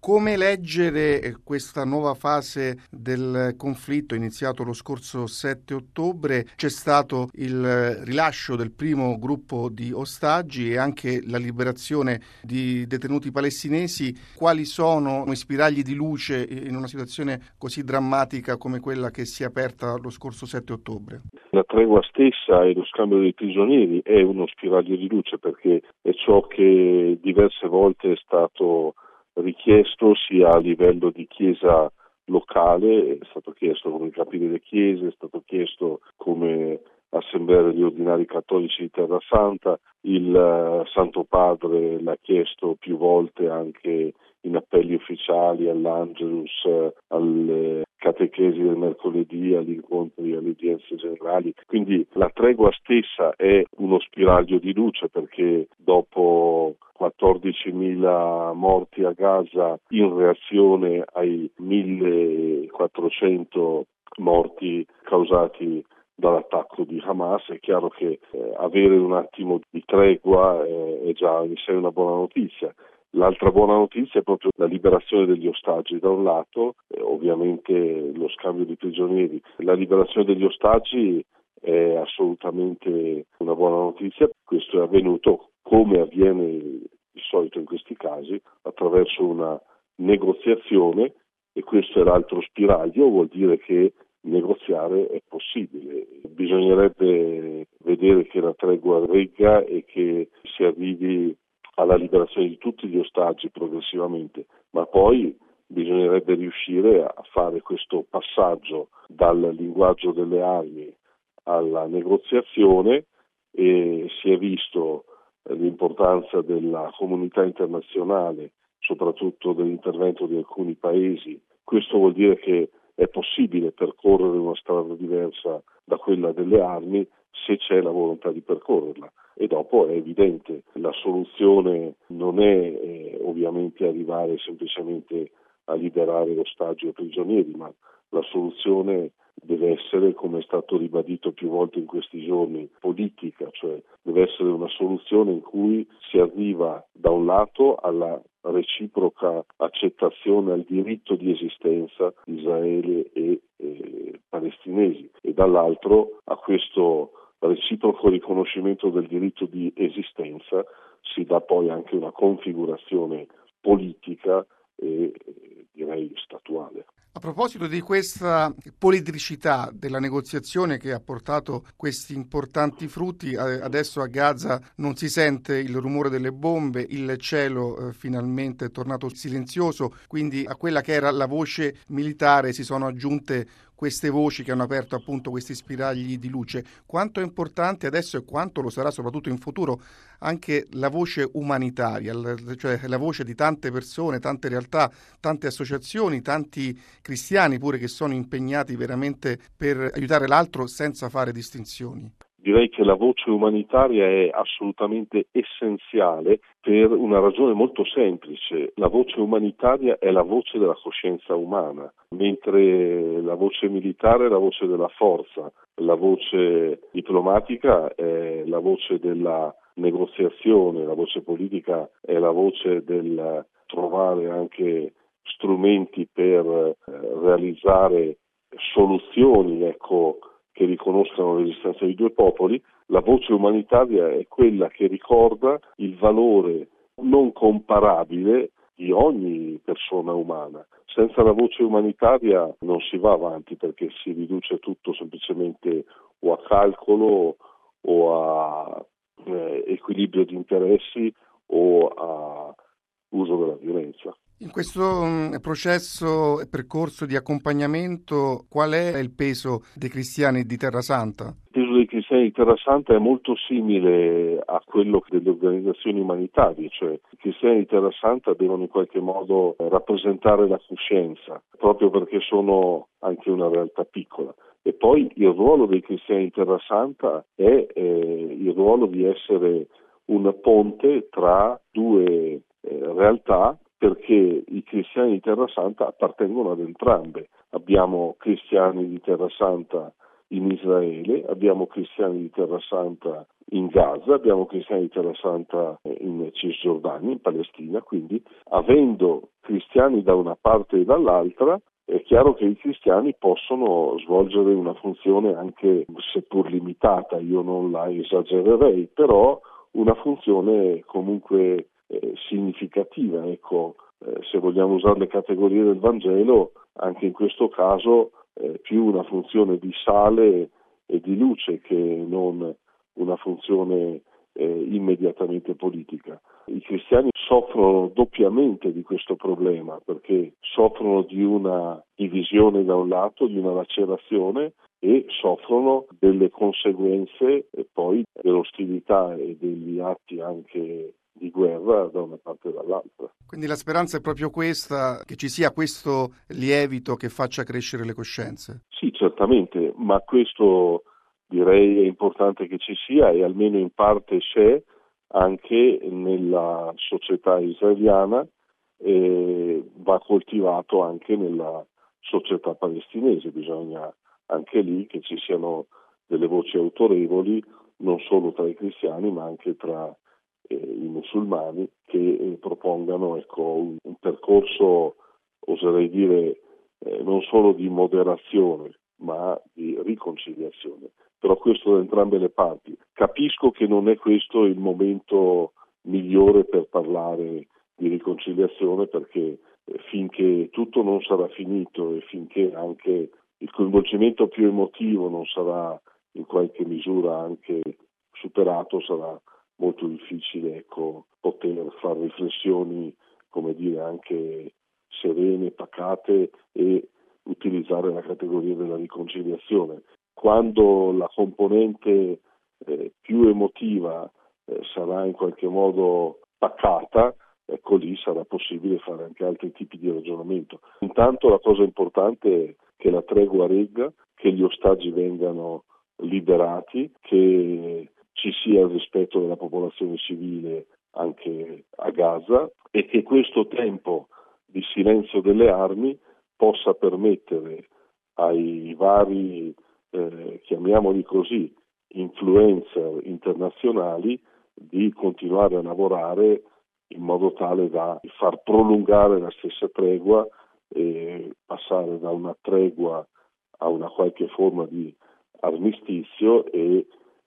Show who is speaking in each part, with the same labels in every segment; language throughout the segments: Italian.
Speaker 1: Come leggere questa nuova fase del conflitto iniziato lo scorso 7 ottobre? C'è stato il rilascio del primo gruppo di ostaggi e anche la liberazione di detenuti palestinesi. Quali sono i spiragli di luce in una situazione così drammatica come quella che si è aperta lo scorso 7 ottobre?
Speaker 2: La tregua stessa e lo scambio dei prigionieri è uno spiraglio di luce, perché è ciò che diverse volte è stato richiesto sia a livello di chiesa locale, è stato chiesto come capi delle chiese, è stato chiesto come assemblea degli ordinari cattolici di Terra Santa, il Santo Padre l'ha chiesto più volte anche in appelli ufficiali all'Angelus, alle catechesi del mercoledì, agli incontri, alle udienze generali. Quindi la tregua stessa è uno spiraglio di luce, perché dopo 14.000 morti a Gaza in reazione ai 1.400 morti causati dall'attacco di Hamas, è chiaro che avere un attimo di tregua è già in sé una buona notizia. L'altra buona notizia è proprio la liberazione degli ostaggi da un lato, ovviamente lo scambio di prigionieri. La liberazione degli ostaggi è assolutamente una buona notizia. Questo è avvenuto, come avviene di solito in questi casi, attraverso una negoziazione, e questo è l'altro spiraglio, vuol dire che negoziare è possibile. Bisognerebbe vedere che la tregua regga e che si arrivi alla liberazione di tutti gli ostaggi progressivamente, ma poi bisognerebbe riuscire a fare questo passaggio dal linguaggio delle armi alla negoziazione, e si è visto l'importanza della comunità internazionale, soprattutto dell'intervento di alcuni paesi. Questo vuol dire che è possibile percorrere una strada diversa da quella delle armi se c'è la volontà di percorrerla. E dopo è evidente, la soluzione non è ovviamente arrivare semplicemente a liberare l'ostaggio e prigionieri, ma la soluzione deve essere, come è stato ribadito più volte in questi giorni, politica, cioè deve essere una soluzione in cui si arriva da un lato alla reciproca accettazione al diritto di esistenza di Israele e palestinesi, e dall'altro a questo reciproco riconoscimento del diritto di esistenza si dà poi anche una configurazione politica e direi statuale.
Speaker 1: A proposito di questa politicità della negoziazione che ha portato questi importanti frutti, adesso a Gaza non si sente il rumore delle bombe, il cielo finalmente è tornato silenzioso, quindi a quella che era la voce militare si sono aggiunte queste voci che hanno aperto appunto questi spiragli di luce. Quanto è importante adesso e quanto lo sarà soprattutto in futuro anche la voce umanitaria, cioè la voce di tante persone, tante realtà, tante associazioni, tanti cristiani pure che sono impegnati veramente per aiutare l'altro senza fare distinzioni.
Speaker 2: Direi che la voce umanitaria è assolutamente essenziale per una ragione molto semplice. La voce umanitaria è la voce della coscienza umana, mentre la voce militare è la voce della forza, la voce diplomatica è la voce della negoziazione, la voce politica è la voce del trovare anche strumenti per realizzare soluzioni, che riconoscano l'esistenza di due popoli. La voce umanitaria è quella che ricorda il valore non comparabile di ogni persona umana. Senza la voce umanitaria non si va avanti, perché si riduce tutto semplicemente o a calcolo o a equilibrio di interessi o a uso della violenza.
Speaker 1: In questo processo e percorso di accompagnamento, qual è il peso dei cristiani di Terra Santa?
Speaker 2: Il peso dei cristiani di Terra Santa è molto simile a quello delle organizzazioni umanitarie, cioè i cristiani di Terra Santa devono in qualche modo rappresentare la coscienza, proprio perché sono anche una realtà piccola. E poi il ruolo dei cristiani di Terra Santa è il ruolo di essere un ponte tra due realtà, perché i cristiani di Terra Santa appartengono ad entrambe. Abbiamo cristiani di Terra Santa in Israele, abbiamo cristiani di Terra Santa in Gaza, abbiamo cristiani di Terra Santa in Cisgiordania, in Palestina, quindi avendo cristiani da una parte e dall'altra, è chiaro che i cristiani possono svolgere una funzione anche seppur limitata, io non la esagererei, però una funzione comunque significativa. Ecco, se vogliamo usare le categorie del Vangelo, anche in questo caso più una funzione di sale e di luce che non una funzione immediatamente politica. I cristiani soffrono doppiamente di questo problema perché soffrono di una divisione da un lato, di una lacerazione e soffrono delle conseguenze e poi dell'ostilità e degli atti anche di guerra da una parte e dall'altra.
Speaker 1: Quindi la speranza è proprio questa, che ci sia questo lievito che faccia crescere le coscienze.
Speaker 2: Sì, certamente, ma questo direi è importante che ci sia e almeno in parte c'è anche nella società israeliana e va coltivato anche nella società palestinese. Bisogna anche lì che ci siano delle voci autorevoli, non solo tra i cristiani ma anche tra i musulmani che propongano un percorso, oserei dire, non solo di moderazione ma di riconciliazione. Però questo da entrambe le parti. Capisco che non è questo il momento migliore per parlare di riconciliazione perché finché tutto non sarà finito e finché anche il coinvolgimento più emotivo non sarà in qualche misura anche superato, sarà molto difficile poter fare riflessioni, come dire, anche serene, pacate e utilizzare la categoria della riconciliazione. Quando la componente più emotiva sarà in qualche modo pacata, ecco lì sarà possibile fare anche altri tipi di ragionamento. Intanto la cosa importante è che la tregua regga, che gli ostaggi vengano liberati, che ci sia il rispetto della popolazione civile anche a Gaza e che questo tempo di silenzio delle armi possa permettere ai vari, chiamiamoli così, influencer internazionali di continuare a lavorare in modo tale da far prolungare la stessa tregua e passare da una tregua a una qualche forma di armistizio e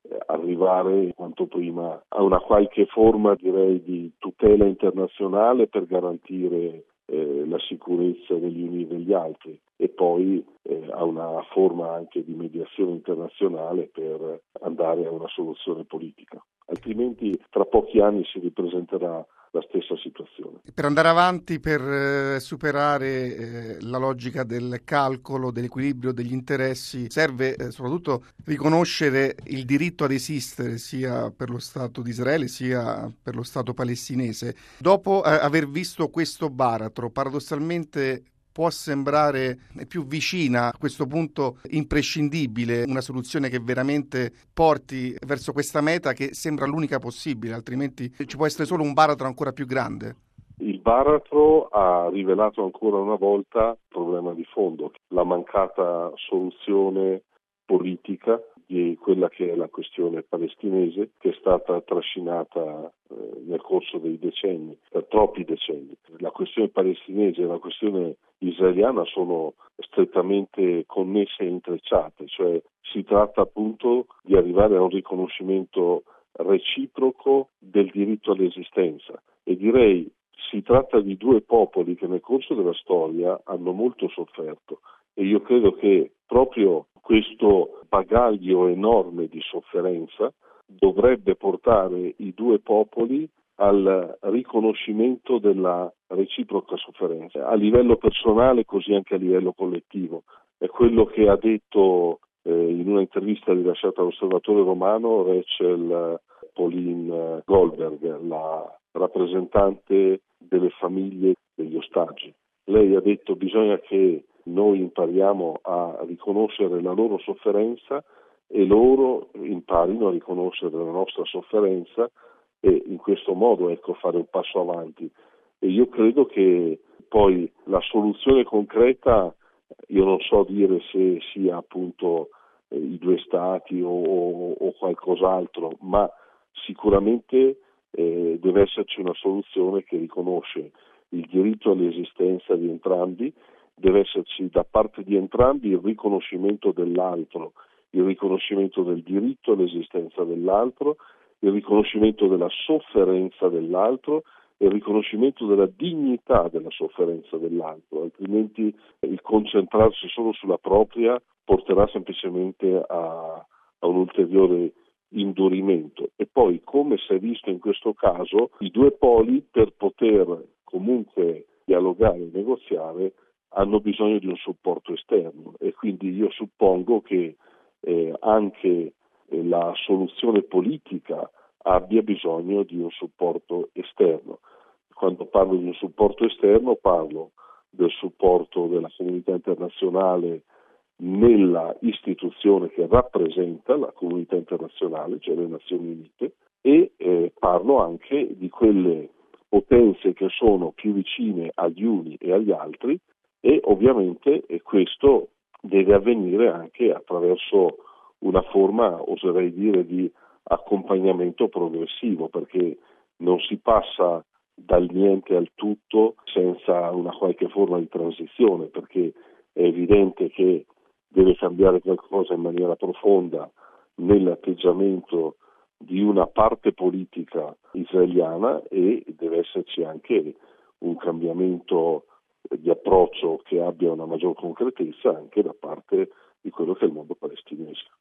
Speaker 2: arrivare quanto prima a una qualche forma, direi, di tutela internazionale per garantire la sicurezza degli uni e degli altri e poi a una forma anche di mediazione internazionale per andare a una soluzione politica. Altrimenti tra pochi anni si ripresenterà la stessa situazione.
Speaker 1: Per andare avanti, per superare la logica del calcolo, dell'equilibrio degli interessi, serve soprattutto riconoscere il diritto ad esistere sia per lo Stato di Israele sia per lo Stato palestinese. Dopo aver visto questo baratro, paradossalmente può sembrare più vicina, a questo punto imprescindibile, una soluzione che veramente porti verso questa meta che sembra l'unica possibile, altrimenti ci può essere solo un baratro ancora più grande.
Speaker 2: Il baratro ha rivelato ancora una volta il problema di fondo, la mancata soluzione politica di quella che è la questione palestinese, che è stata trascinata nel corso dei decenni, per troppi decenni. La questione palestinese e la questione israeliana sono strettamente connesse e intrecciate, cioè si tratta appunto di arrivare a un riconoscimento reciproco del diritto all'esistenza e direi si tratta di due popoli che nel corso della storia hanno molto sofferto e io credo che proprio questo bagaglio enorme di sofferenza dovrebbe portare i due popoli al riconoscimento della reciproca sofferenza, a livello personale così anche a livello collettivo. È quello che ha detto in una intervista rilasciata all'Osservatore Romano Rachel Pauline Goldberg, la rappresentante delle famiglie degli ostaggi. Lei ha detto bisogna che noi impariamo a riconoscere la loro sofferenza e loro imparino a riconoscere la nostra sofferenza e in questo modo fare un passo avanti. E io credo che poi la soluzione concreta, io non so dire se sia appunto i due stati o qualcos'altro, ma sicuramente deve esserci una soluzione che riconosce il diritto all'esistenza di entrambi, deve esserci da parte di entrambi il riconoscimento dell'altro, il riconoscimento del diritto all'esistenza dell'altro, il riconoscimento della sofferenza dell'altro e il riconoscimento della dignità della sofferenza dell'altro, altrimenti il concentrarsi solo sulla propria porterà semplicemente a un ulteriore indurimento. E poi, come si è visto in questo caso, i due poli, per poter comunque dialogare e negoziare, hanno bisogno di un supporto esterno, e quindi io suppongo che anche la soluzione politica abbia bisogno di un supporto esterno. Quando parlo di un supporto esterno parlo del supporto della comunità internazionale nella istituzione che rappresenta la comunità internazionale, cioè le Nazioni Unite, e parlo anche di quelle potenze che sono più vicine agli uni e agli altri, e ovviamente questo deve avvenire anche attraverso una forma, oserei dire, di accompagnamento progressivo, perché non si passa dal niente al tutto senza una qualche forma di transizione, perché è evidente che deve cambiare qualcosa in maniera profonda nell'atteggiamento di una parte politica israeliana, e deve esserci anche un cambiamento di approccio che abbia una maggior concretezza anche da parte di quello che è il mondo palestinese.